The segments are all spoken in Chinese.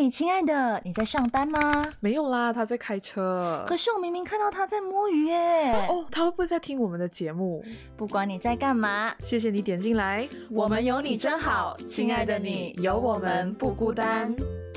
嘿，亲爱的，你在上班吗？ 没有啦，他在开车。 可是我明明看到他在摸鱼耶。 哦，他会不会在听我们的节目？ 不管你在干嘛， 谢谢你点进来。 我们有你真好，亲爱的你，有我们不孤单。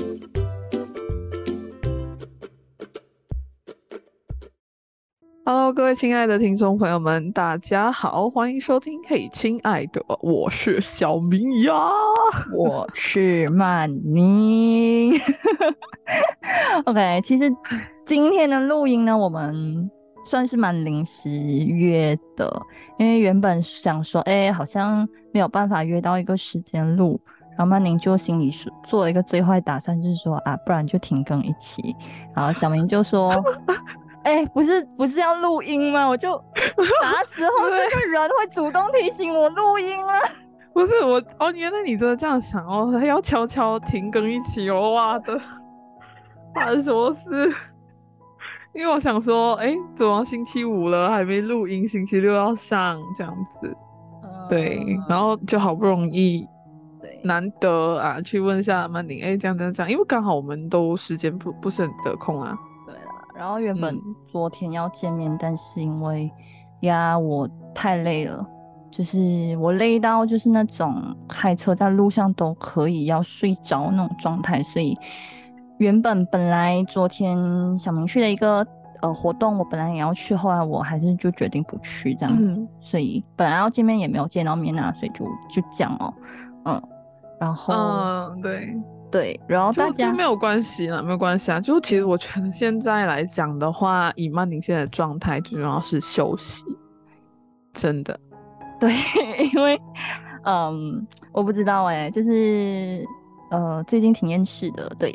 Hello， 各位亲爱的听众朋友们，大家好，欢迎收听。嘿，亲爱的，我是小明呀， 我是曼妮。OK， 其实今天的录音呢，我们算是蛮临时约的，因为原本想说，好像没有办法约到一个时间录，然后曼宁就心里做了一个最坏打算，就是说啊，不然就停更一期。然后小明就说。不是要录音吗？我就啥时候这个人会主动提醒我录音啊？ 不是我哦，原来你真的这样想哦，还要悄悄停更一期哦，哇的，发生什么事？因为我想说，怎么星期五了还没录音，星期六要上这样子，对，然后就好不容易，难得啊，去问一下曼宁，这样，因为刚好我们都时间不是很得空啊。 然后原本昨天要见面，但是因为我太累了，就是我累到就是那种开车在路上都可以要睡着那种状态，所以本来昨天小明去的一个活动，我本来也要去，后来我还是就决定不去这样子，所以本来要见面也没有见到面啊，所以就讲然后对，然后大家就没有关系啦，没有关系啊。就其实我觉得现在来讲的话，以曼宁现在的状态，最重要是休息，真的。 对，因为我不知道就是最近挺厌世的，对。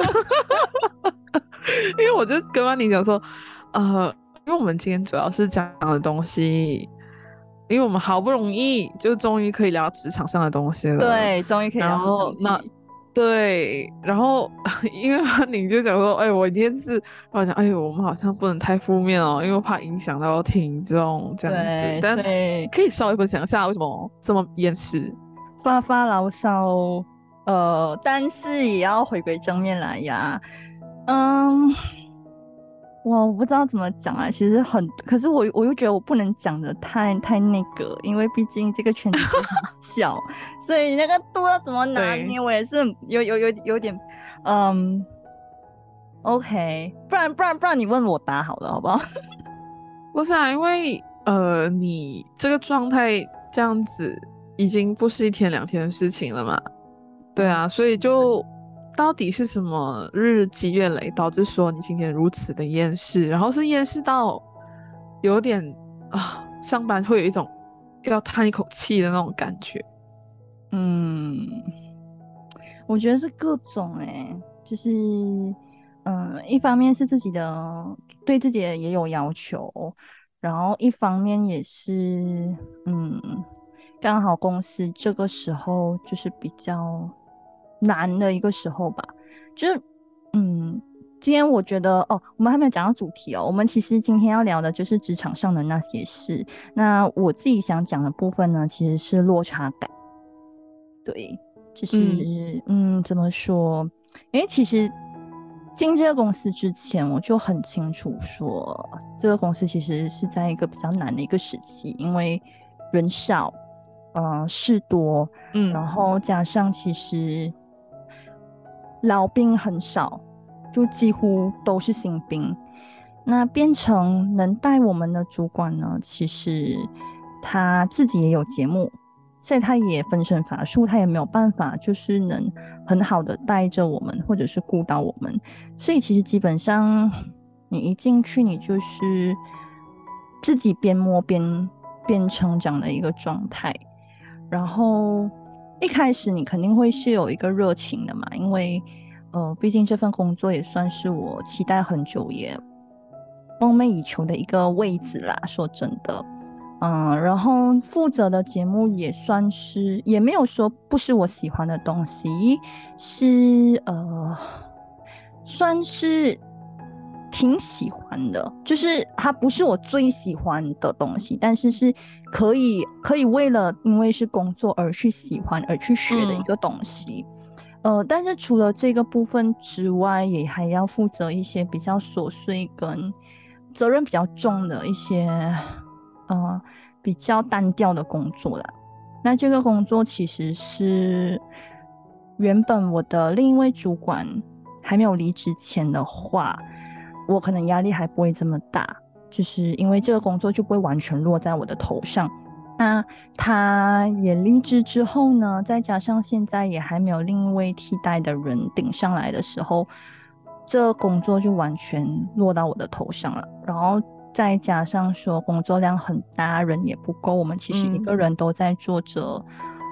因为我就跟曼宁讲说，因为我们今天主要是讲的东西，因为我们好不容易就终于可以聊职场上的东西了， 对，终于可以聊职场对，然后因为你就讲说，我一定是，我讲，我们好像不能太负面哦，因为我怕影响到听众这样子。但可以稍微分享一下为什么这么厌世？ 发发牢骚，但是也要回归正面来呀。我不知道怎么讲啊，其实可是我又觉得我不能讲的太那个，因为毕竟这个圈子很小，所以那个度要怎么拿捏，我也是有点OK， 不然你问我答好了，好不好？ 不是啊，因为你这个状态这样子已经不是一天两天的事情了嘛，对啊，所以就。到底是什么日积月累导致说你今天如此的厌世，然后是厌世到有点上班会有一种要叹一口气的那种感觉。 我觉得是各种就是一方面是对自己也有要求，然后一方面也是刚好公司这个时候就是比较难的一个时候吧，就是今天我觉得我们还没有讲到主题我们其实今天要聊的就是职场上的那些事。那我自己想讲的部分呢，其实是落差感。对，就是怎么说？因为其实进这个公司之前，我就很清楚说，这个公司其实是在一个比较难的一个时期，因为人少，事多，然后加上其实老兵很少，就几乎都是新兵。那变成能带我们的主管呢，其实他自己也有节目，所以他也分身乏术，他也没有办法就是能很好的带着我们或者是顾到我们，所以其实基本上你一进去你就是自己边摸边成长的一个状态。然后一开始你肯定会是有一个热情的嘛，因为毕竟这份工作也算是我期待很久也梦寐以求的一个位置啦，说真的。然后负责的节目也算是，也没有说不是我喜欢的东西，是算是挺喜欢的，就是它不是我最喜欢的东西，但是是可以为了因为是工作而去喜欢而去学的一个东西。 但是除了这个部分之外，也还要负责一些比较琐碎跟责任比较重的一些比较单调的工作啦。那这个工作其实是原本我的另一位主管还没有离职前的话，我可能压力还不会这么大，就是因为这个工作就不会完全落在我的头上。那他也离职之后呢，再加上现在也还没有另一位替代的人顶上来的时候，这工作就完全落到我的头上了。然后再加上说工作量很大，人也不够，我们其实一个人都在做着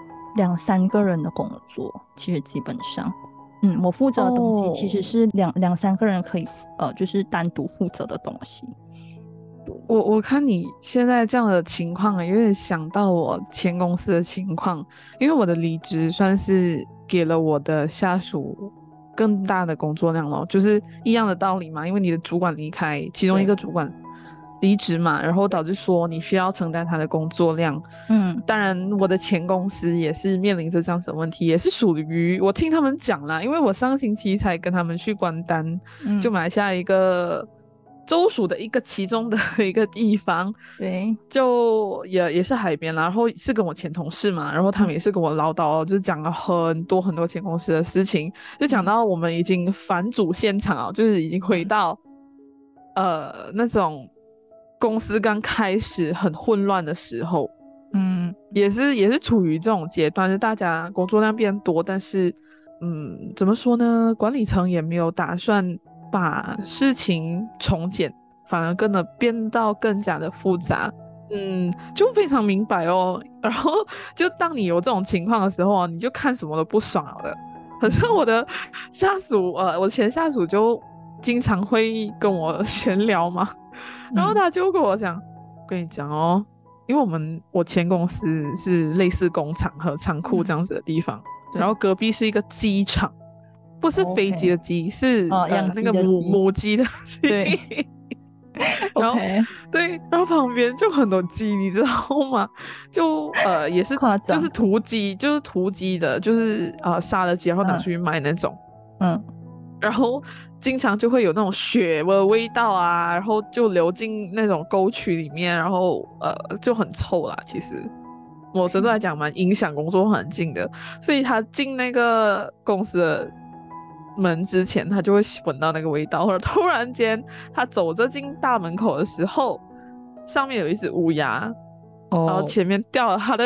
2-3个人的工作，其实基本上。我负责的东西其实是2-3个人可以就是单独负责的东西。 我看你现在这样的情况，有点想到我前公司的情况，因为我的离职算是给了我的下属更大的工作量咯，就是一样的道理嘛，因为你的主管离开，其中一个主管离职嘛，然后导致说你需要承担他的工作量。当然我的前公司也是面临着这样子的问题，也是属于我听他们讲啦，因为我上星期才跟他们去关丹，就马来西亚一个州属的其中的一个地方， 对， 就也是海边啦，然后是跟我前同事嘛，然后他们也是跟我唠叨，就是讲了很多很多前公司的事情，就讲到我们已经返祖现场啊，就是已经回到那种公司刚开始很混乱的时候，也是处于这种阶段，就大家工作量变多，但是怎么说呢，管理层也没有打算把事情重简，反而变到更加的复杂。就非常明白哦。然后就当你有这种情况的时候啊，你就看什么都不爽了的。好像我的下属我前下属就经常会跟我闲聊嘛，然后他就跟我讲，跟你讲哦，因为我前公司是类似工厂和仓库这样子的地方，然后隔壁是一个机场，不是飞机的机，是那个母鸡的鸡。 对然后对，然后旁边就很多鸡，你知道吗？就也是就是屠鸡的，就是杀了鸡然后拿出去卖那种。然后经常就会有那种血的味道啊，然后就流进那种沟渠里面，然后就很臭啦。其实我真的来讲蛮影响工作环境的，所以他进那个公司的门之前，他就会闻到那个味道，或者突然间他走着进大门口的时候，上面有一只乌鸦，然后前面掉了他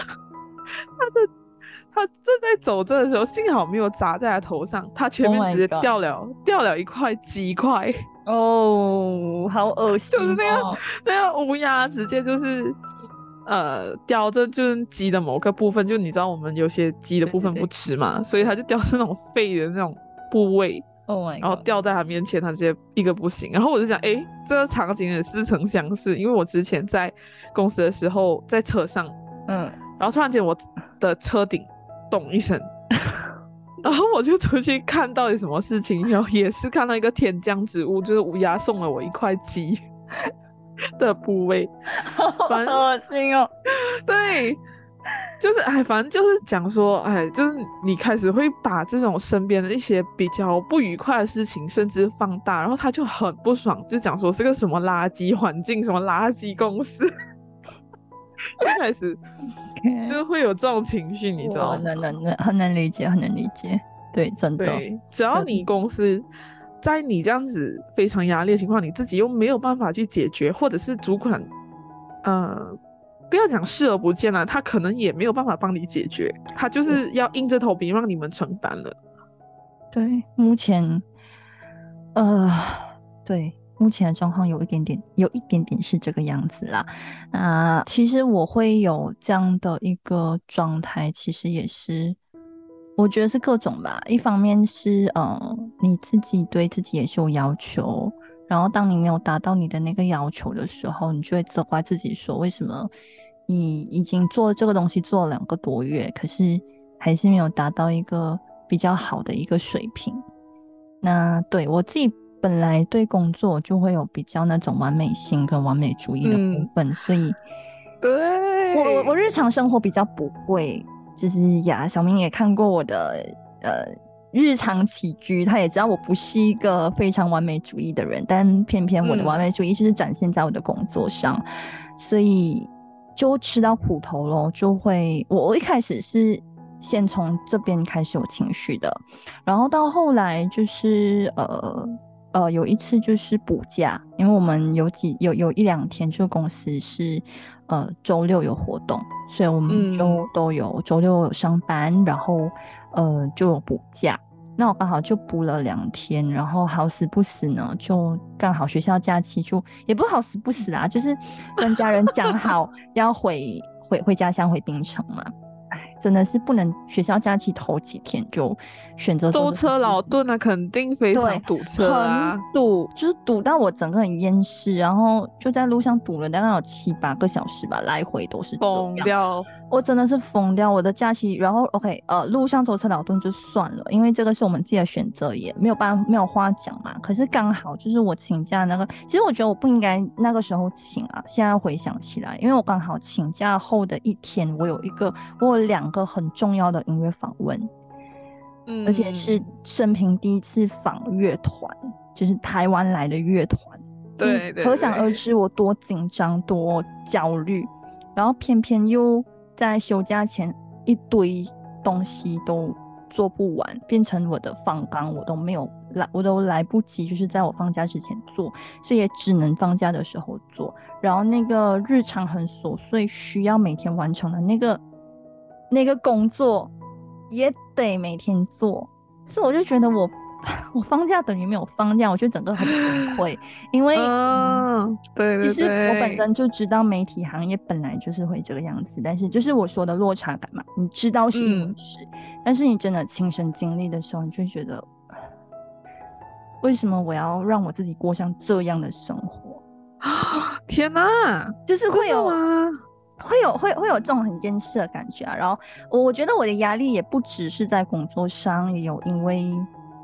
正在走着的时候，幸好没有砸在他头上，他前面直接掉了一块鸡块。 好恶心就是那个乌鸦直接就是叼着就是鸡的某个部分，就你知道我们有些鸡的部分不吃嘛，所以他就叼着那种肺的那种部位，然后掉在他面前，他直接一个不行。然后我就想，这个场景也似曾相识，因为我之前在公司的时候在车上，然后突然间我的车顶咚一声，然后我就出去看到底什么事情，然后也是看到一个天降之物，就是乌鸦送了我一块鸡的部位， 好恶心哦。 对，就是反正就是讲说，就是你开始会把这种身边的一些比较不愉快的事情甚至放大，然后他就很不爽，就讲说是个什么垃圾环境，什么垃圾公司就开始就会有这种情绪，你知道吗？ 很能理解，很能理解。对，真的。 对，只要你公司在你这样子非常压力的情况，你自己又没有办法去解决，或者是主管不要讲视而不见了，他可能也没有办法帮你解决，他就是要硬着头皮让你们承担了。 对，目前的状况有一点点是这个样子啦。其实我会有这样的一个状态，其实也是我觉得是各种吧。一方面是你自己对自己也是有要求，然后当你没有达到你的那个要求的时候，你就会责怪自己说，为什么你已经做这个东西做了2个多月，可是还是没有达到一个比较好的一个水平。那对我自己本来对工作就会有比较那种完美性跟完美主义的部分，所以对我日常生活比较不会，就是小明也看过我的日常起居，他也知道我不是一个非常完美主义的人，但偏偏我的完美主义是展现在我的工作上，所以就吃到苦头咯，就会我一开始是先从这边开始有情绪的，然后到后来就是有一次就是补假，因为我们有一两天就公司是周六有活动，所以我们就都有周六有上班，然后就有补假。那我刚好就补了2天，然后好死不死呢，就刚好学校假期就也不好死不死啊，就是跟家人讲好要回家乡回槟城嘛。哎，真的是不能，学校假期头几天就选择舟车劳顿啊，肯定非常堵车啊， 很堵，就是堵到我整个很厌世，然后就在路上堵了大概有7-8个小时吧，来回都是这样， 疯掉。 我真的是疯掉。我的假期，然后 OK， 路上舟车劳顿就算了，因为这个是我们自己的选择，也没有话讲嘛。可是刚好就是我请假那个，其实我觉得我不应该那个时候请啊。现在回想起来，因为我刚好请假后的一天，我有2个很重要的音乐访问，而且是生平第一次访乐团，就是台湾来的乐团。 对， 可想而知我多紧张多焦虑，然后偏偏又在休假前一堆东西都做不完，变成我的访纲我都来不及，就是在我放假之前做，所以也只能放假的时候做。然后那个日常很琐碎需要每天完成的那个工作也得每天做，所以我就觉得我放假等于没有放假，我就整个很崩溃。因为对， 其实我本身就知道媒体行业本来就是会这个样子，但是就是我说的落差感嘛，你知道是一回事，但是你真的亲身经历的时候，你就觉得为什么我要让我自己过上这样的生活？ 天哪， 就是会有这种很厌世的感觉啊。然后我觉得我的压力也不只是在工作上，也有因为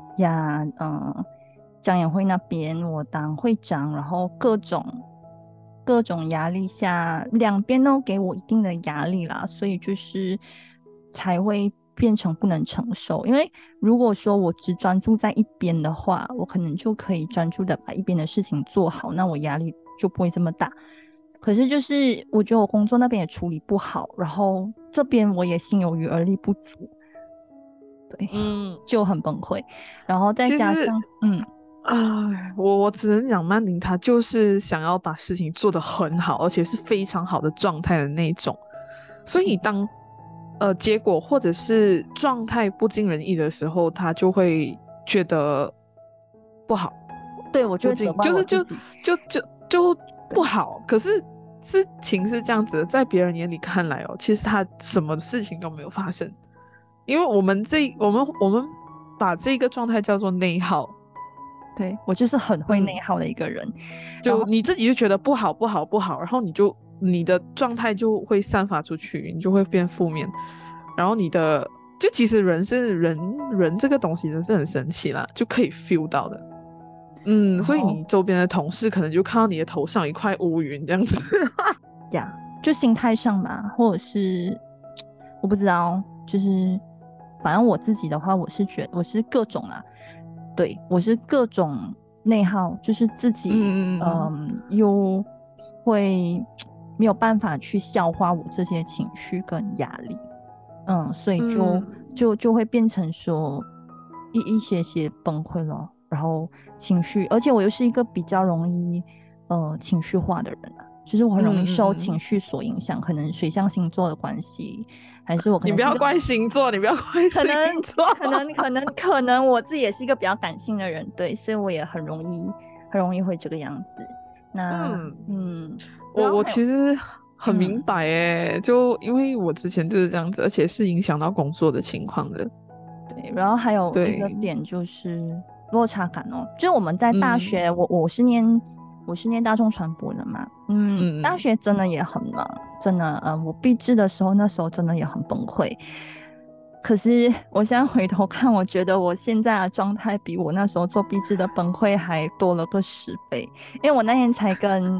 讲演会那边我当会长，然后各种压力下，两边都给我一定的压力啦，所以就是才会变成不能承受。因为如果说我只专注在一边的话，我可能就可以专注的把一边的事情做好，那我压力就不会这么大。可是就是我觉得我工作那边也处理不好，然后这边我也心有余而力不足，对，就很崩溃。然后再加上我只能讲曼宁她就是想要把事情做得很好，而且是非常好的状态的那种，所以当结果或者是状态不尽人意的时候，她就会觉得不好。 对，我就责怪我自己， 就不好。可是事情是这样子的，在别人眼里看来其实他什么事情都没有发生，因为我们把这个状态叫做内耗。 对，我就是很会内耗的一个人， 就你自己就觉得不好，然后你的状态就会散发出去，你就会变负面，然后就其实人这个东西真是很神奇啦，就可以 feel 到的。所以你周边的同事可能就看到你的头上一块乌云这样子呀，就心态上吧，或者是我不知道，就是反正我自己的话，我是觉得我是各种啦，对，我是各种内耗，就是自己又会没有办法去消化我这些情绪跟压力，所以就会变成说一些崩溃了。然后情绪，而且我又是一个比较容易情绪化的人啊，就是我很容易受情绪所影响，可能水象星座的关系，还是我可能你不要怪星座，你不要怪星座， 可能我自己也是一个比较感性的人，对，所以我也很容易会这个样子。那我其实很明白就因为我之前就是这样子，而且是影响到工作的情况的。 对，然后还有一个点就是落差感就是我们在大学，我是念大众传播的嘛，大学真的也很忙，真的，我毕制的时候，那时候真的也很崩溃。可是我现在回头看，我觉得我现在的状态比我那时候做毕制的崩溃还多了个10倍。因为我那天才跟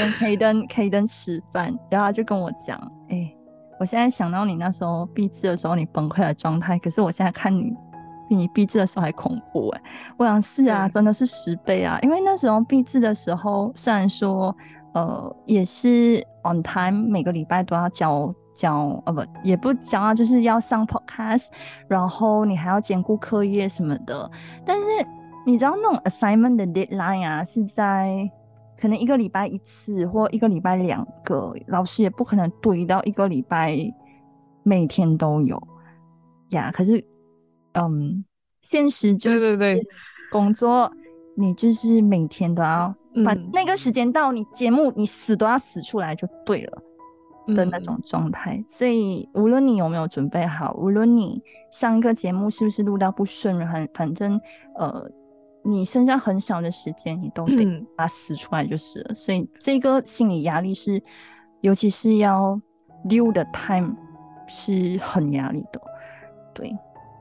Kaden 吃饭，然后他就跟我讲，我现在想到你那时候毕制的时候你崩溃的状态，可是我现在看你比你毕制的时候还恐怖哎。我想是啊，真的是10倍啊，因为那时候毕制的时候，虽然说也是 on time， 每个礼拜都要不也不交啊，就是要上 podcast， 然后你还要兼顾课业什么的。但是你知道那种 assignment 的 deadline 啊，是在可能1个礼拜1次或1个礼拜2个，老师也不可能堆到1个礼拜每天都有呀。可是现实就是对对对， 工作你就是每天都要把那个时间到，你节目你死都要死出来就对了的那种状态。所以无论你有没有准备好，无论你上一个节目是不是录到不顺，反正你剩下很少的时间，你都得把它死出来就是了。所以这个心理压力是，尤其是要 due 的 time 是很压力的。对，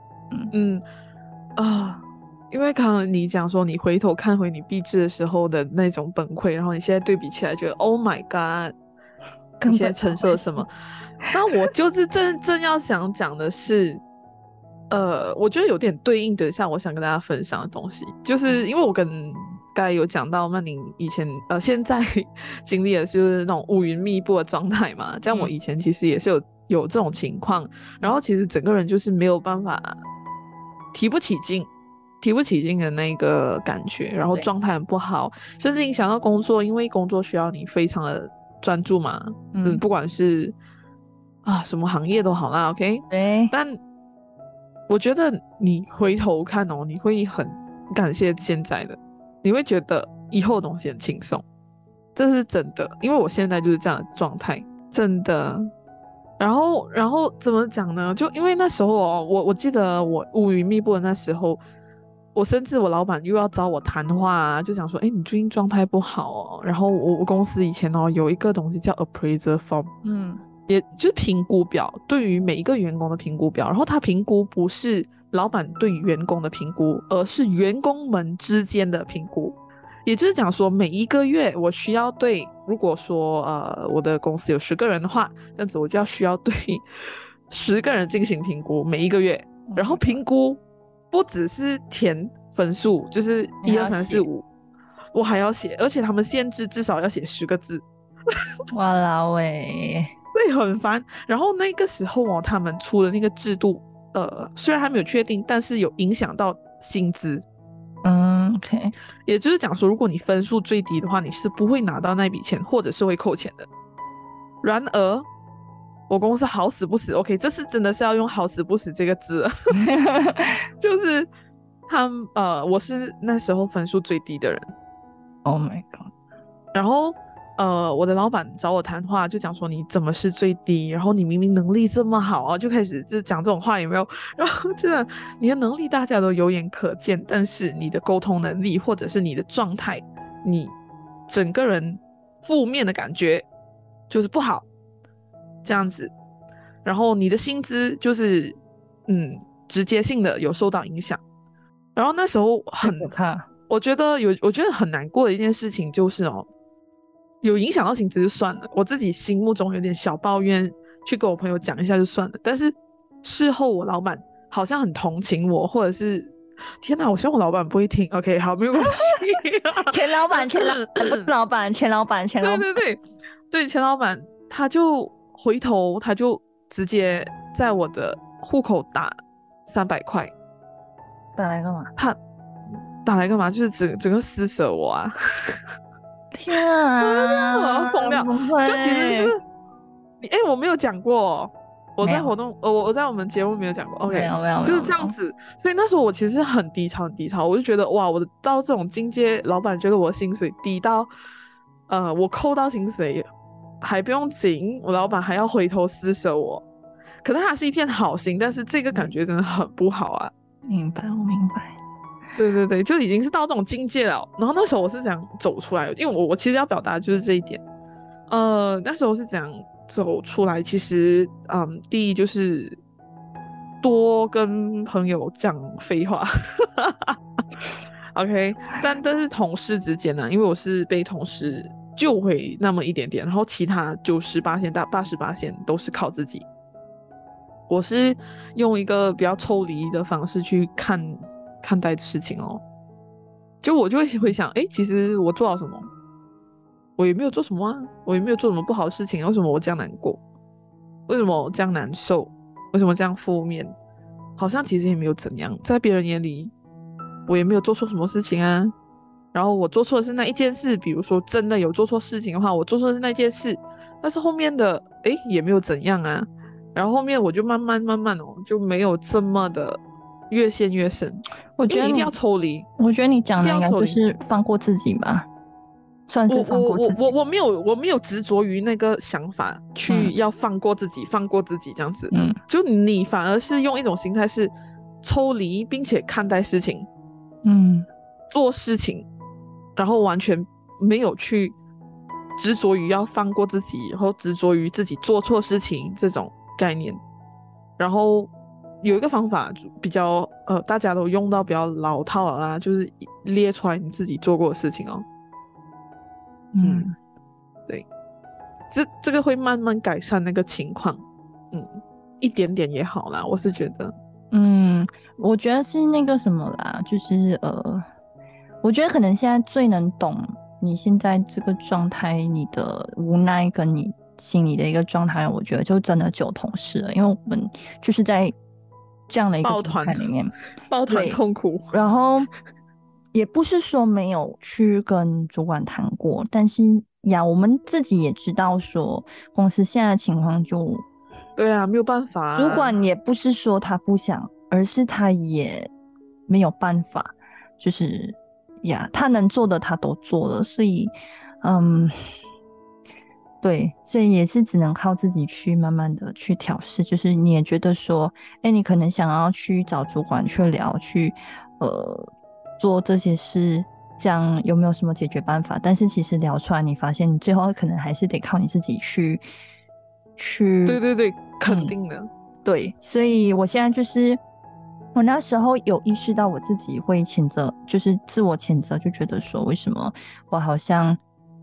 因为刚刚你讲说你回头看回你毕制的时候的那种崩溃，然后你现在对比起来觉得 Oh my God， 你现在承受了什么？那我就是正要想讲的是，我觉得有点对应的，像我想跟大家分享的东西，就是因为我跟刚才有讲到曼宁以前现在经历的就是那种乌云密布的状态嘛，这样我以前其实也是有这种情况，然后其实整个人就是没有办法提不起劲的那个感觉，然后状态很不好，甚至影响到工作，因为工作需要你非常的专注嘛，不管是什么行业都好啦 ，OK， 对， 但我觉得你回头看哦，你会很感谢现在的，你会觉得以后的东西很轻松，这是真的，因为我现在就是这样的状态，真的。然后怎么讲呢？就因为那时候哦，我记得我乌云密布的那时候，我甚至我老板又要找我谈话啊，就想说，哎，你最近状态不好哦。然后我公司以前哦有一个东西叫 appraiser form，也就是评估表，对于每一个员工的评估表。然后他评估不是老板对员工的评估，而是员工们之间的评估。也就是讲说，每一个月我需要对，如果说我的公司有10个人的话，这样子我就需要对10个人进行评估，每一个月。然后评估不只是填分数，就是1、2、3、4、5，我还要写，而且他们限制至少要写10个字。 哇啦喂， 对，很烦。然后那个时候哦，他们出的那个制度，虽然还没有确定，但是有影响到薪资。 OK， 也就是讲说，如果你分数最低的话，你是不会拿到那笔钱，或者是会扣钱的。然而，我公司好死不死 ，OK， 这次真的是要用好死不死这个字，就是我是那时候分数最低的人。 Oh my god！ 然后我的老板找我谈话，就讲说你怎么是最低？然后你明明能力这么好啊，就开始就讲这种话，有没有？然后真的，你的能力大家都有眼可见，但是你的沟通能力或者是你的状态，你整个人负面的感觉就是不好，这样子。然后你的薪资就是直接性的有受到影响。然后那时候我觉得很难过的一件事情就是哦。有影响到薪资就算了，我自己心目中有点小抱怨，去跟我朋友讲一下就算了。但是事后我老板好像很同情我，或者是天哪，我希望我老板不会听。OK， 好，没有关系。 前老板，前老板， 对，前老板他就回头，他就直接在我的户口打300块。 打来干嘛？ 他打来干嘛？就是整个施舍我啊！ 天啊， 我要疯掉！就其实是我没有讲过，我在活动，我在我们节目没有讲过。OK， 没有， 就是这样子。所以那时候我其实很低潮，我就觉得哇，我到这种境界，老板觉得我薪水低到，我扣到薪水还不用紧，我老板还要回头施舍我。可能他是一片好心，但是这个感觉真的很不好啊。 明白，我明白。 对，就已经是到这种境界了。然后那时候我是怎样走出来的，因为我其实要表达就是这一点。那时候是怎样走出来？其实，第一就是多跟朋友讲废话。OK， 但是同事之间呢，因为我是被同事救回那么一点点，然后其他98%、80%都是靠自己。 我是用一个比较抽离的方式去看待事情哦。就我就会回想，诶，其实我做了什么？我也没有做什么啊，我也没有做什么不好的事情，为什么我这样难过？为什么我这样难受？为什么这样负面？好像其实也没有怎样，在别人眼里，我也没有做错什么事情啊。然后我做错的是那一件事，比如说真的有做错事情的话，我做错的是那件事，但是后面的也没有怎样啊。然后后面我就慢慢哦，就没有这么的越陷越深。 我觉得因为一定要抽离， 我觉得你讲的应该就一定要抽离。 是放过自己吧，算是放过自己。 我没有执着于那个想法去要放过自己，放过自己这样子。就你反而是用一种心态是抽离，并且看待事情，做事情，然后完全没有去执着于要放过自己，然后执着于自己做错事情这种概念。然后有一个方法比较大家都用到比较老套了啦，就是列出来你自己做过的事情哦。对，这个会慢慢改善那个情况，一点点也好啦，我是觉得。 我觉得是那个什么啦，就是我觉得可能现在最能懂你现在这个状态，你的无奈跟你心里的一个状态，我觉得就真的只有同事了，因为我们就是在这样的一个状态里面抱团痛苦。 然后也不是说没有去跟主管谈过，但是呀，我们自己也知道说公司现在的情况就对啊，没有办法啊。 主管也不是说他不想，而是他也没有办法，就是呀，他能做的他都做了，所以对，所以也是只能靠自己去慢慢的去调试。就是你也觉得说，你可能想要去找主管去聊，去做这些事，这样有没有什么解决办法？但是其实聊出来，你发现你最后可能还是得靠你自己去。 对，肯定的。 对，所以我现在就是我那时候有意识到我自己会谴责，就是自我谴责，就觉得说为什么我好像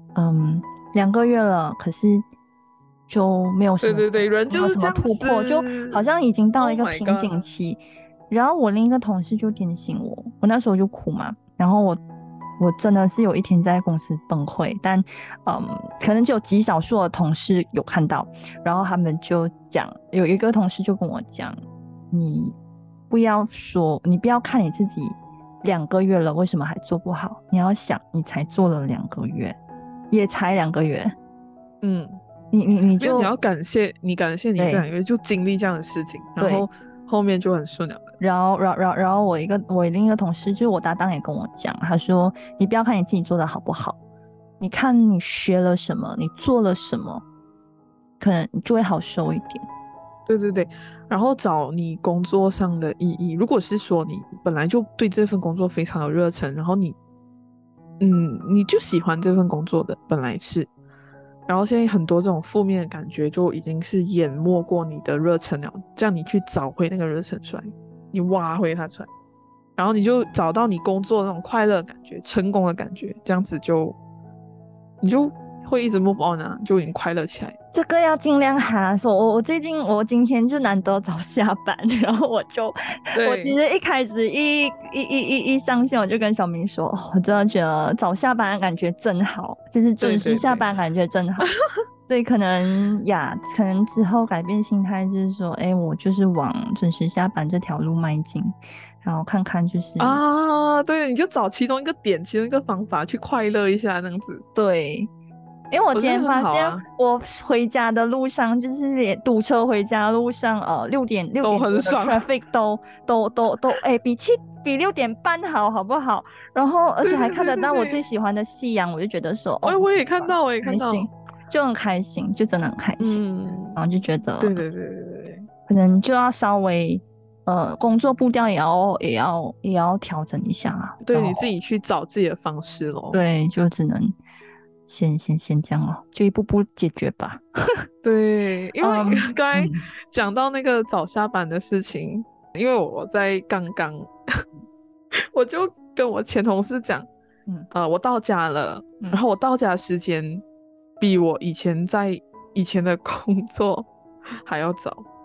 2个月了，可是就没有什么对，人就是这样子， 突破，就好像已经到了一个 Oh my 瓶颈期。然后我另一个同事就点醒我那时候就哭嘛，然后我真的是有一天在公司崩溃，但可能只有极少数的同事有看到，然后他们就讲，有一个同事就跟我讲，你不要看你自己2个月了，为什么还做不好？你要想，你才做了2个月，也才2个月，你就你要感谢你这2个月就经历这样的事情，然后后面就很顺了。 然后我另一个同事，就是我搭档也跟我讲，他说你不要看你自己做的好不好，你看你学了什么，你做了什么，可能你就会好受一点。 对，然后找你工作上的意义。如果是说你本来就对这份工作非常有热忱，然后你就喜欢这份工作的，本来是，然后现在很多这种负面的感觉就已经是淹没过你的热忱了，这样你去找回那个热忱出来，你挖回它出来，然后你就找到你工作的那种快乐的感觉，成功的感觉，这样子你就会一直 move on 啊，就已经快乐起来。 这个要尽量哈，说我今天就难得早下班，然后我其实一开始一上线我就跟小明说，我真的觉得早下班的感觉真好，就是准时下班感觉真好。对，可能之后改变心态，就是说，我就是往准时下班这条路迈进，然后看看就是对，你就找其中一个点，其中一个方法去快乐一下，那样子。 对。因为我今天发现，我回家的路上，就是连堵车回家的路上，6点都很爽 ，traffic 都比6点半好不好？然后而且还看得到我最喜欢的夕阳，我就觉得说， 我也看到， 就很开心，就真的很开心。然后就觉得， 对， 可能就要稍微工作步调也要调整一下啦。 对，你自己去找自己的方式咯。 对，就只能。先这样就一步步解决吧。 对，因为刚才讲到那个早下班的事情，因为我在刚刚我就跟我前同事讲，我到家了，然后我到家的时间比我以前的工作还要早，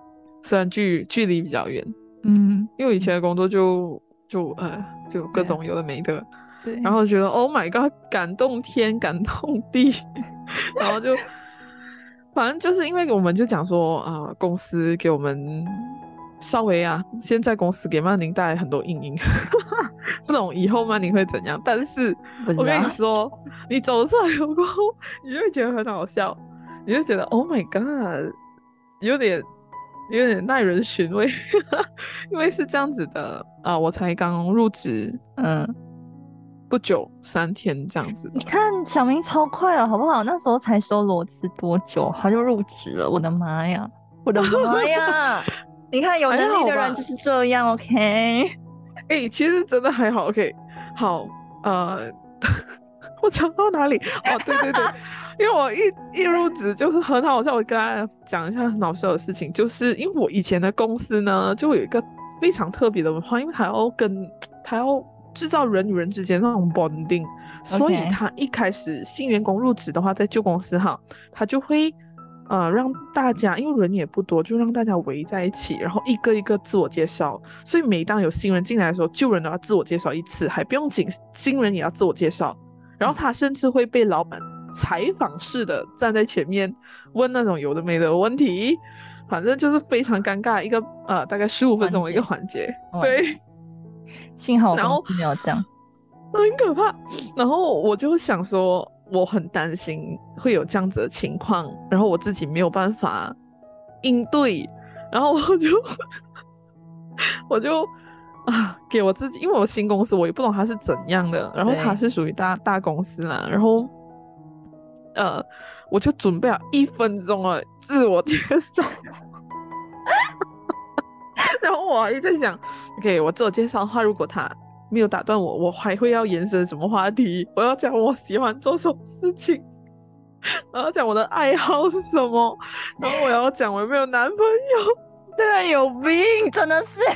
虽然距离比较远，因为我以前的工作就各种有的没的， 对， 然后觉得 Oh my God， 感动天感动地，然后就反正就是因为我们就讲说公司给我们稍微先在公司给曼宁带来很多阴影，不懂以后曼宁会怎样，但是我跟你说，你走出来过后，你就会觉得很好笑，你就觉得 Oh my God， 有点耐人寻味，因为是这样子的我才刚入职，不久3天这样子。 你看小明超快了，好不好？那时候才收裸辞多久，他就入职了，我的妈呀，我的妈呀！你看有能力的人就是这样 ，OK？ 其实真的还好 ，OK？ 好，我讲到哪里？对，因为我一入职就是很好笑，我跟大家讲一下很好笑的事情，就是因为我以前的公司呢，就有一个非常特别的文化，因为它要制造人与人之间那种 bonding， 所以他一开始新员工入职的话，在旧公司他就会让大家，因为人也不多，就让大家围在一起，然后一个一个自我介绍。所以每当有新人进来的时候，旧人都要自我介绍一次，还不用紧，新人也要自我介绍。然后他甚至会被老板采访式的站在前面问那种有的没的问题，反正就是非常尴尬一个大概15分钟的一个环节。对， 幸好我公司没有这样， 很可怕。然后我就想说，我很担心会有这样子的情况，然后我自己没有办法应对，然后我就给我自己，因为我新公司我也不懂它是怎样的，然后它是属于大公司啦，然后我就准备了1分钟了自我介绍然后我还在想 OK， 我自我介绍的话，如果他没有打断我还会要延伸什么话题，我要讲我喜欢做什么事情，我要讲我的爱好是什么，然后我要讲我有没有男朋友， 对，有病，真的是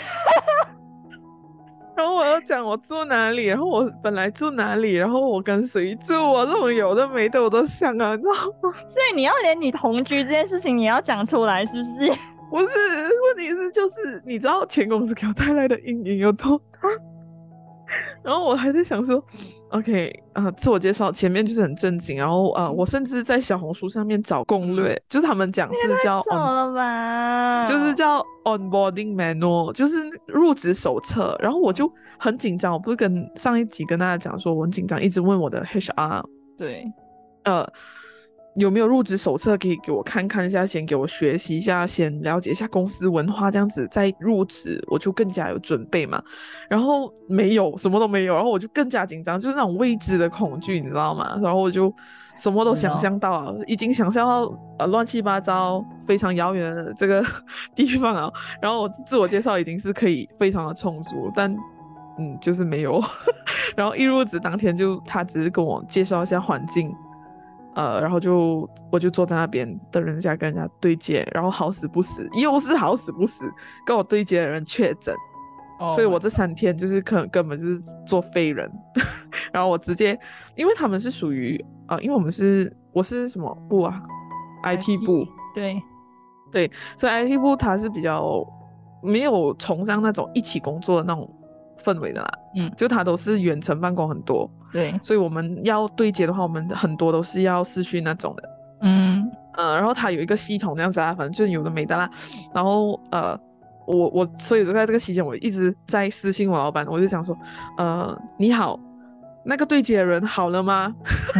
然后我要讲我住哪里，然后我本来住哪里，然后我跟谁住，我这种有的没的我都想啊，你知道吗？ 所以你要连你同居这件事情你要讲出来，是不是？ 不是，问题是就是你知道前公司给我带来的阴影有多大？然后我还在想说 OK 自我介绍前面就是很正经，然后我甚至在小红书上面找攻略，就是他们讲是叫了吧， 就是叫 onboarding manual， 就是入职手册，然后我就很紧张，我不是跟上一集跟大家讲说我很紧张，一直问我的 HR 对有没有入职手册可以给我看一下，先给我学习一下，先了解一下公司文化，这样子再入职我就更加有准备嘛。然后没有，什么都没有，然后我就更加紧张，就是那种未知的恐惧，你知道吗？然后我就什么都想象到了，已经想象到乱七八糟非常遥远的这个地方啊。然后我自我介绍已经是可以非常的充足，但就是没有。然后一入职当天他只是跟我介绍一下环境。然后我就坐在那边等人家跟人家对接，然后好死不死，又是好死不死，跟我对接的人确诊，所以我这3天就是根本就是做废人。然后我直接，因为他们是属于因为我是什么部啊 ？IT 部，对，所以 IT 部它是比较没有崇尚那种一起工作的那种氛围的啦，就它都是远程办公很多。 对， 所以我们要对接的话，我们很多都是要视讯那种的。然后它有一个系统那样子反正就是有的没的啦。然后所以在这个期间，我一直在私信我老板，我就想说，你好，那个对接的人好了吗？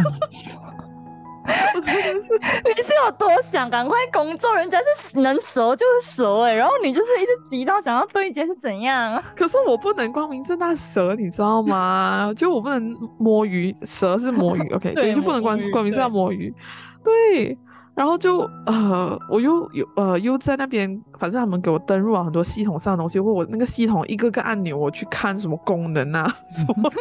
我真的是， 你是有多想赶快工作？人家是能熟就是熟然后你就是一直急到想要对接是怎样？ 可是我不能光明正大蛇，你知道吗？就我不能摸鱼，蛇是摸鱼，OK， 对，就不能光明正大摸鱼，对。然后就我又在那边，反正他们给我登入了很多系统上的东西，或我那个系统一个个按钮我去看什么功能啊，什么，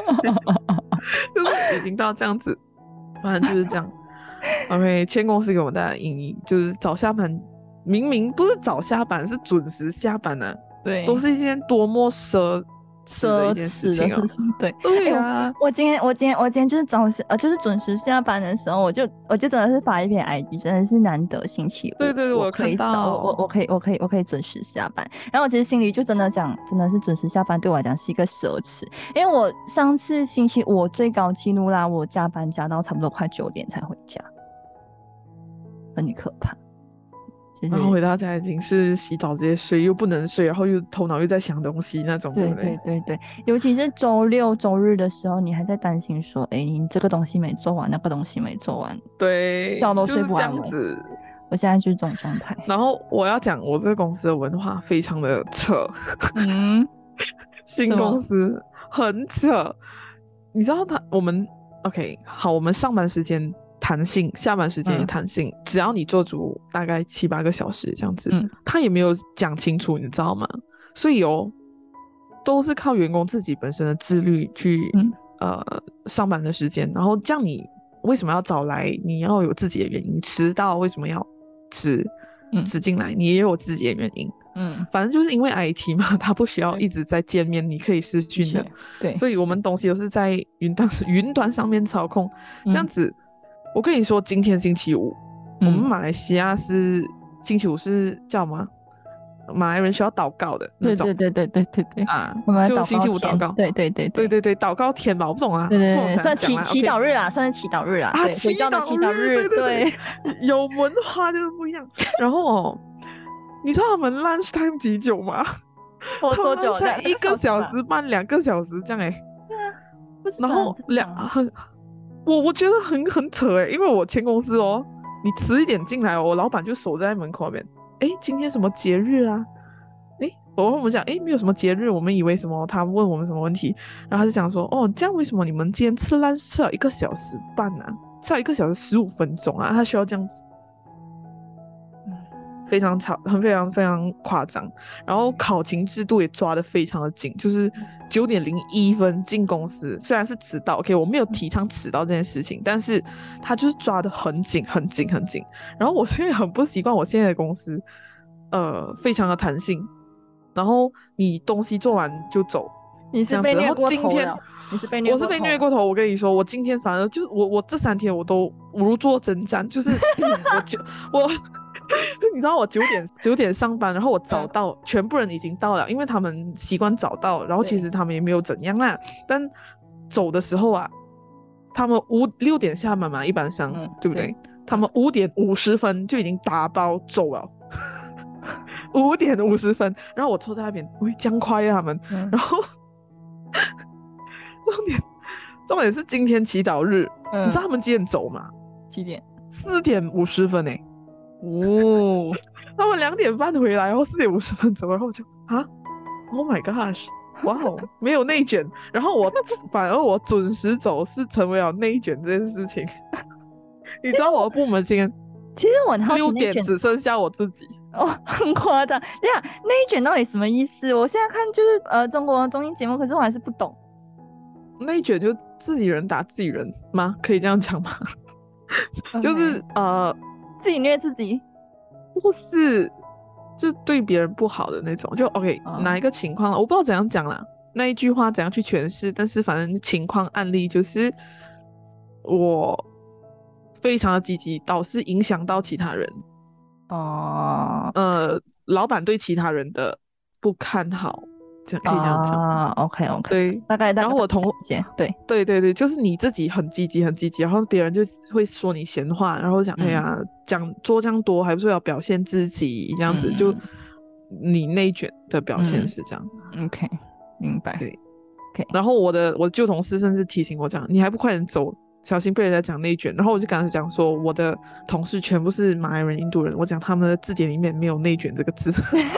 就是已经到这样子。反正就是这样。OK， 前公司给我带来的阴影就是早下班，明明不是早下班，是准时下班的， 对， 都是一件多么奢耻的一件事情哦。 对对啊， 我今天就是就是准时下班的时候，我就真的是发一篇 IG，真的是难得星期五， 对，我有看到， 我可以准时下班。然后我其实心里就真的是准时下班对我来讲是一个奢侈，因为我上次星期五我最高纪录啦，我加班加到差不多快9点才回家，很可怕。 然后回到家已经是洗澡直接睡，又不能睡，然后又头脑又在想东西那种，对不对？ 对，尤其是周六周日的时候，你还在担心说，哎，你这个东西没做完，那个东西没做完， 对， 觉都睡不安稳。 就是这样子。 我现在就是这种状态。 然后我要讲，我这个公司的文化非常的扯，新公司很扯。你知道我们 OK 好，我们上班时间弹性，下班时间也弹性，只要你做足大概7、8个小时这样子，他也没有讲清楚，你知道吗？所以都是靠员工自己本身的自律去上班的时间，然后这样你为什么要早来？你要有自己的原因，迟到为什么要迟进来？你也有自己的原因。反正就是因为 IT 嘛，它不需要一直在见面，你可以视讯的， 对， 所以我们东西都是在云端上面操控，这样子。我跟你说，今天星期五，我们马来西亚是星期五是叫什么？马来人需要祷告的那种。对啊，就星期五祷告。对，祷告天吧，我不懂啊。 对，算祈祷日啦，算是祈祷日啦。 啊， 祈祷日， 对，有文化就是不一样。然后你知道他们 lunch time 几久吗？ 多久 ？1个小时半、2个小时这样然后我觉得很扯因为我前公司你迟一点进来我老板就守在门口那边。今天什么节日啊？我们讲没有什么节日，我们以为什么？他问我们什么问题，然后他就讲说这样为什么你们今天吃lunch吃了1个小时半啊？吃了1个小时15分钟啊？他需要这样子。非常吵，非常夸张，然后考勤制度也抓得非常的紧，就是9点01分进公司，虽然是迟到 ，OK， 我没有提倡迟到这件事情，但是他就是抓得很紧。然后我现在很不习惯我现在的公司，非常的弹性，然后你东西做完就走。 你是被虐过头了， 我是被虐过头。我跟你说，我今天反而就是我这3天我都如坐针毡，就是我你知道我9点上班，然后我早到，全部人已经到了，因为他们习惯早到，然后其实他们也没有怎样啦。但走的时候啊，他们6点下班嘛，一般上，对不对？他们5点50分就已经打包走了，5点50分，然后我坐在那边，这样快他们，然后重点是今天祈祷日，你知道他们几点走吗？ 几点 ？4点50分他们2点半回来，然后4点50分走，然后我就Oh my gosh， 哇没有内卷，然后反而我准时走是成为了内卷这件事情。你知道我的部门今天其实我很好奇 6点只剩下我自己很夸张。内卷到底什么意思？我现在看就是中国的综艺节目，可是我还是不懂。 内卷就自己人打自己人吗？可以这样讲吗？就是自己虐自己， 或是就对别人不好的那种，就 OK，哪一个情况我不知道怎样讲啦，那一句话怎样去诠释，但是反正情况案例就是我非常的积极，导致影响到其他人。老板对其他人的不看好，可以这样讲。 OK， 对， 大概。 然后我对，就是你自己很积极，然后别人就会说你闲话，然后讲做这样多，还不是要表现自己这样子，就你内卷的表现是这样。 OK， 明白。 对 ，OK。然后我的旧同事甚至提醒我讲，你还不快点走，小心被人家讲内卷。然后我就跟他讲说，我的同事全部是马来人、印度人，我讲他们的字典里面没有内卷这个字。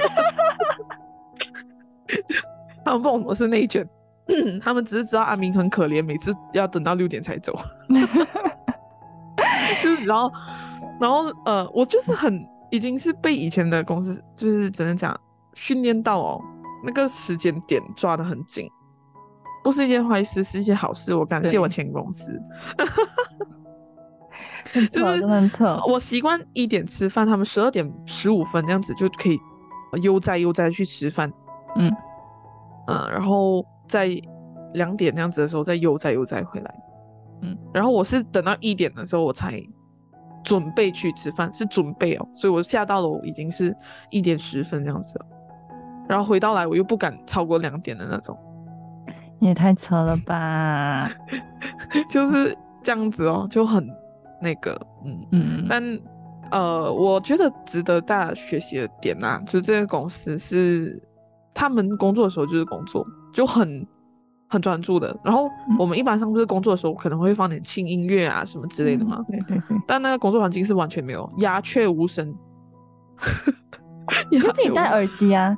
他们不懂我是内卷，他们只是知道阿明很可怜，每次要等到6点才走。就是然后我就是已经是被以前的公司就是只能讲训练到那个时间点抓得很紧，不是一件坏事，是一件好事。我感谢我前公司。就是很扯。 我习惯1点吃饭，他们12点15分这样子就可以悠哉去吃饭。然后在2点那样子的时候再悠哉回来。然后我是等到1点的时候我才准备去吃饭，是准备哦，所以我下到楼已经是1点10分这样子了，然后回到来我又不敢超过2点的那种。 你也太扯了吧。 就是这样子哦，就很那个但我觉得值得大家学习的点啊，就这个公司是他们工作的时候就是工作，就很专注的。然后我们一般上就是工作的时候可能会放点轻音乐啊什么之类的嘛， 对， 但那个工作环境是完全没有，鸦雀无声。 你就自己戴耳机啊，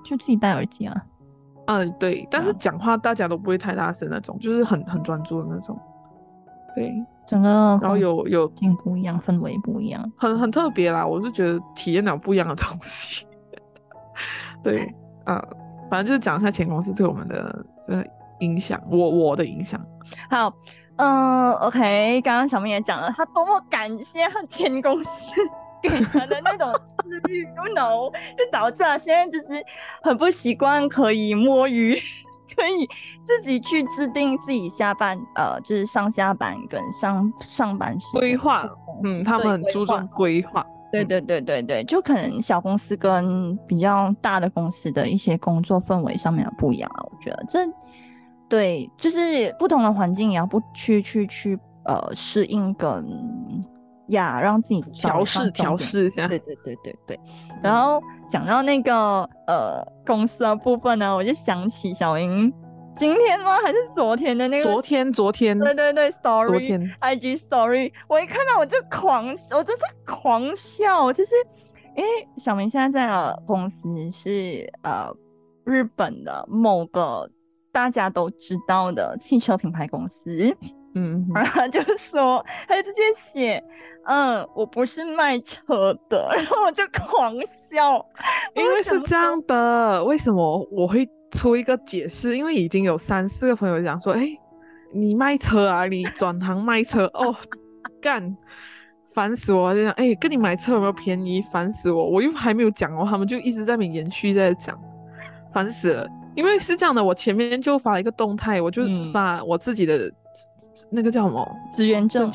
对，但是讲话大家都不会太大声那种，就是很专注的那种。对， 整个然后有不一样，氛围不一样， 很特别啦。我是觉得体验了不一样的东西。对，反正就是讲一下前公司对我们的这个影响，我的影响。 好，OK， 刚刚小明也讲了，他多么感谢他前公司给他的那种自律，you know， 就导致他现在就是很不习惯可以摸鱼，可以自己去制定自己下班就是上下班跟上班时规划。他们很注重规划。 对，就可能小公司跟比较大的公司的一些工作氛围上面的不一样啊，我觉得对，就是不同的环境也要不去适应跟让自己调试一下。 对。然后讲到那个公司的部分呢，我就想起小英今天吗？还是昨天的那个？ 昨天。 对 ，story， 昨天 IG story， 我一看到我真是狂笑，就是因为小明现在在的公司是日本的某个大家都知道的汽车品牌公司。然后他就说，他就直接写，我不是卖车的，然后我就狂笑， 因为是这样的，为什么我会出一个解释？因为已经有3、4个朋友讲说，你卖车啊，你转行卖车哦，干，烦死我！就讲，跟你买车有没有便宜？烦死我！我又还没有讲哦，他们就一直在那边延续在讲，烦死了。因为是这样的，我前面就发了一个动态，我就发我自己的那个叫什么职员证，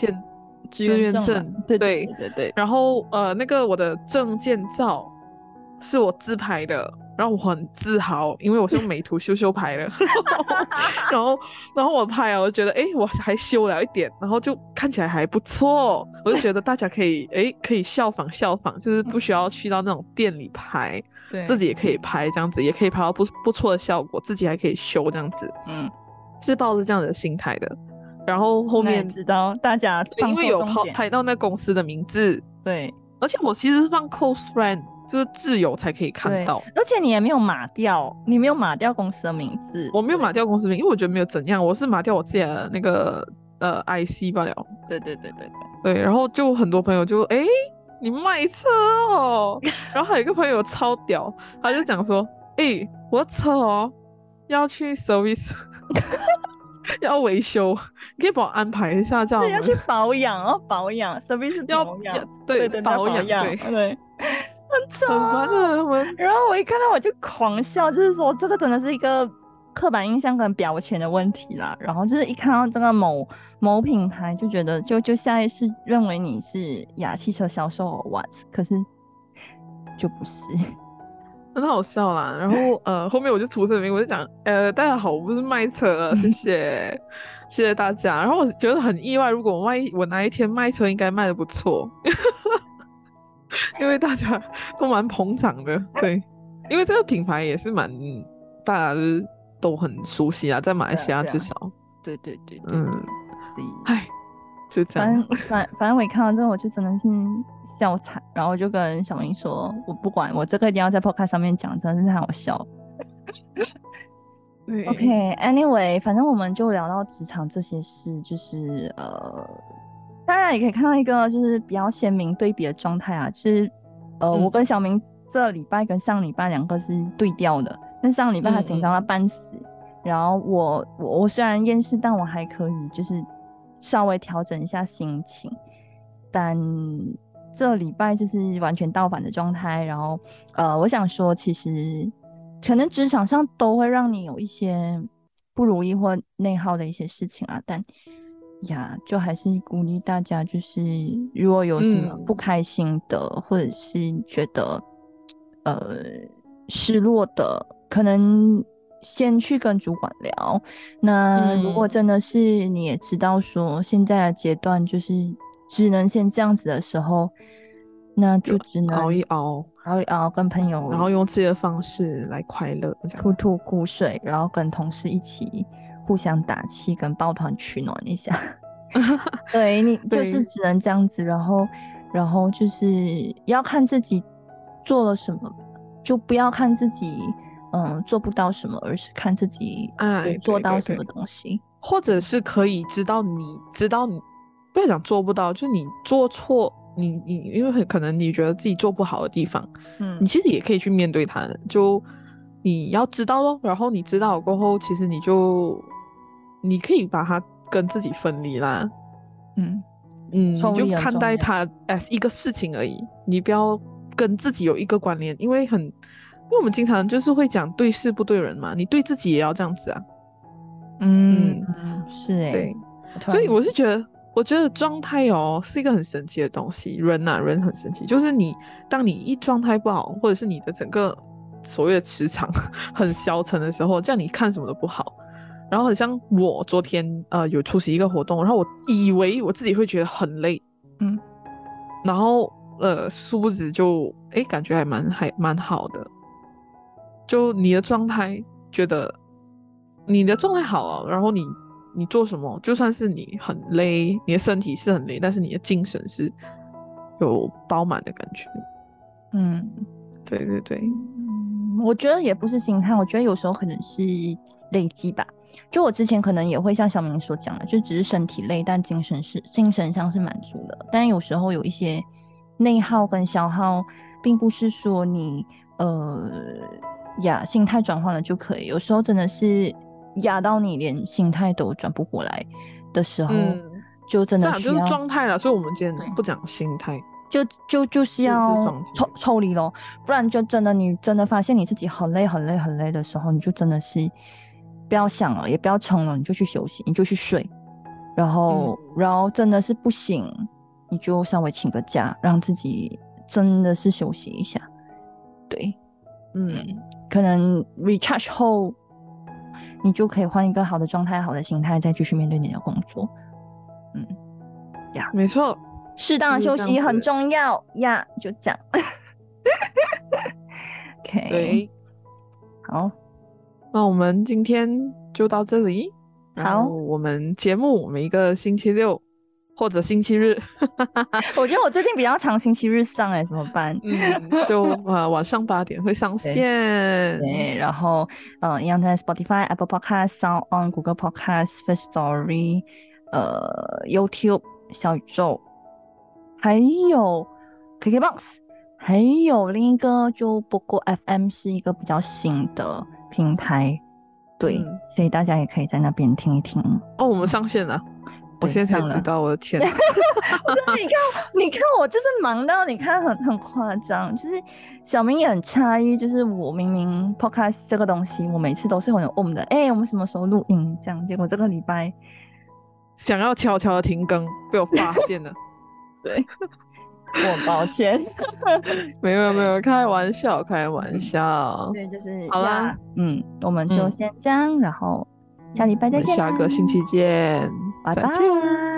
对。然后那个我的证件照是我自拍的，然后我很自豪，因为我是用美图秀秀拍的。然后我拍我觉得我还修了一点，然后就看起来还不错，我就觉得大家可以效仿，就是不需要去到那种店里拍。自己也可以拍这样子，也可以拍到不错的效果，自己还可以修这样子。是抱着这样的心态的。然后后面知道大家因为有拍到那公司的名字， 对， 而且我其实是放 close friend， 就是挚友才可以看到。 而且你也没有码掉，公司的名字。 我没有码掉公司名，因为我觉得没有怎样，我是码掉我自己的那个IC 罢了。对，然后就很多朋友就你卖车哦，然后还有一个朋友超屌，他就讲说，我的车哦要去 service， 要维修，你可以帮我安排一下这样。 是要去保养，service 保养， 对，保养，对， 很扯， 很烦的他们。 然后我一看到我就狂笑，就是说这个真的是一个刻板印象跟标签的问题啦。然后就是一看到这个某品牌，就觉得就下意识认为你是汽车销售 what， 可是就不是， 很好笑啦。然后后面我就出声明，我就讲大家好，我不是卖车的，谢谢大家。然后我觉得很意外，如果我哪一天卖车，应该卖得不错。因为大家都蛮捧场的。对，因为这个品牌也是大家都很熟悉啊，在马来西亚至少。 对， 就这样。 反正我一看到这个，我就真的是笑惨，然后我就跟小明说，我不管，我这个一定要在 podcast 上面讲，真的是太好笑。OK，anyway， 反正我们就聊到职场这些事，就是大家也可以看到一个就是比较鲜明对比的状态啊，就是我跟小明这礼拜跟上礼拜2个是对调的，但上礼拜他紧张到半死，然后我虽然厌世，但我还可以就是稍微调整一下心情，但这礼拜就是完全倒反的状态。然后我想说，其实可能职场上都会让你有一些不如意或内耗的一些事情啊，但呀，就还是鼓励大家，就是如果有什么不开心的，或者是觉得失落的，可能先去跟主管聊。那如果真的是你也知道说现在的阶段就是只能先这样子的时候，那就只能熬一熬， 熬一熬，跟朋友然后用自己的方式来快乐，这样吐吐苦水，然后跟同事一起互相打气，跟抱团取暖一下。对，你就是只能这样子，然后就是要看自己做了什么，就不要看自己做不到什么，而是看自己做到什么东西， 或者是可以知道你不要讲做不到，就你做错，你因为可能你觉得自己做不好的地方，你其实也可以去面对它的，就你要知道咯，然后你知道了过后，其实你可以把它跟自己分离啦，你就看待它 as 一个事情而已，你不要跟自己有一个关联，因为我们经常就是会讲对事不对人嘛，你对自己也要这样子啊。 是对，所以我觉得状态是一个很神奇的东西，人很神奇，就是当你一状态不好，或者是你的整个所谓的磁场很消沉的时候，这样你看什么都不好。然后很像我昨天有出席一个活动，然后我以为我自己会觉得很累，然后殊不知就感觉还蛮好的，就你的状态觉得你的状态好啊，然后你做什么，就算是你很累，你的身体是很累，但是你的精神是有饱满的感觉。对对对， 我觉得也不是心态，我觉得有时候可能是累积吧。就我之前可能也会像小明所讲的，就只是身体累，但精神上是满足的。但有时候有一些内耗跟消耗，并不是说你心态转换了就可以，有时候真的是压到你连心态都转不过来的时候，就真的需要就是状态了。所以我们今天不讲心态， 就是要抽离咯，不然就真的你真的发现你自己很累很累很累的时候，你就真的是不要想了，也不要撑了，你就去休息，你就去睡，然后真的是不行，你就稍微请个假，让自己真的是休息一下。对，可能 recharge 后，你就可以换一个好的状态、好的心态，再继续面对你的工作。 没错。 适当的休息很重要呀，就这样。OK， 对， 好， 那我们今天就到这里。然后我们节目每一个星期六或者星期日， 我觉得我最近比较常星期日上怎么办？ 就晚上8点会上线。 对，然后一样在 Spotify、Apple Podcast、SoundOn、Google Podcast、Firstory、YouTube 小宇宙。还有 KKBOX， 还有另一个就播过 FM 是一个比较新的平台，对，所以大家也可以在那边听一听。 我们上线了，我现在才知道，我的天！ 你看我就是忙到你看很夸张，就是小明也很诧异，就是我明明 Podcast 这个东西，我每次都是很有的，我们什么时候录音这样，结果这个礼拜想要悄悄的停更，被我发现了。 对，我很抱歉。 没有，开玩笑。 对，就是好啦， 我们就先这样，然后下礼拜再见， 下个星期见， 拜拜。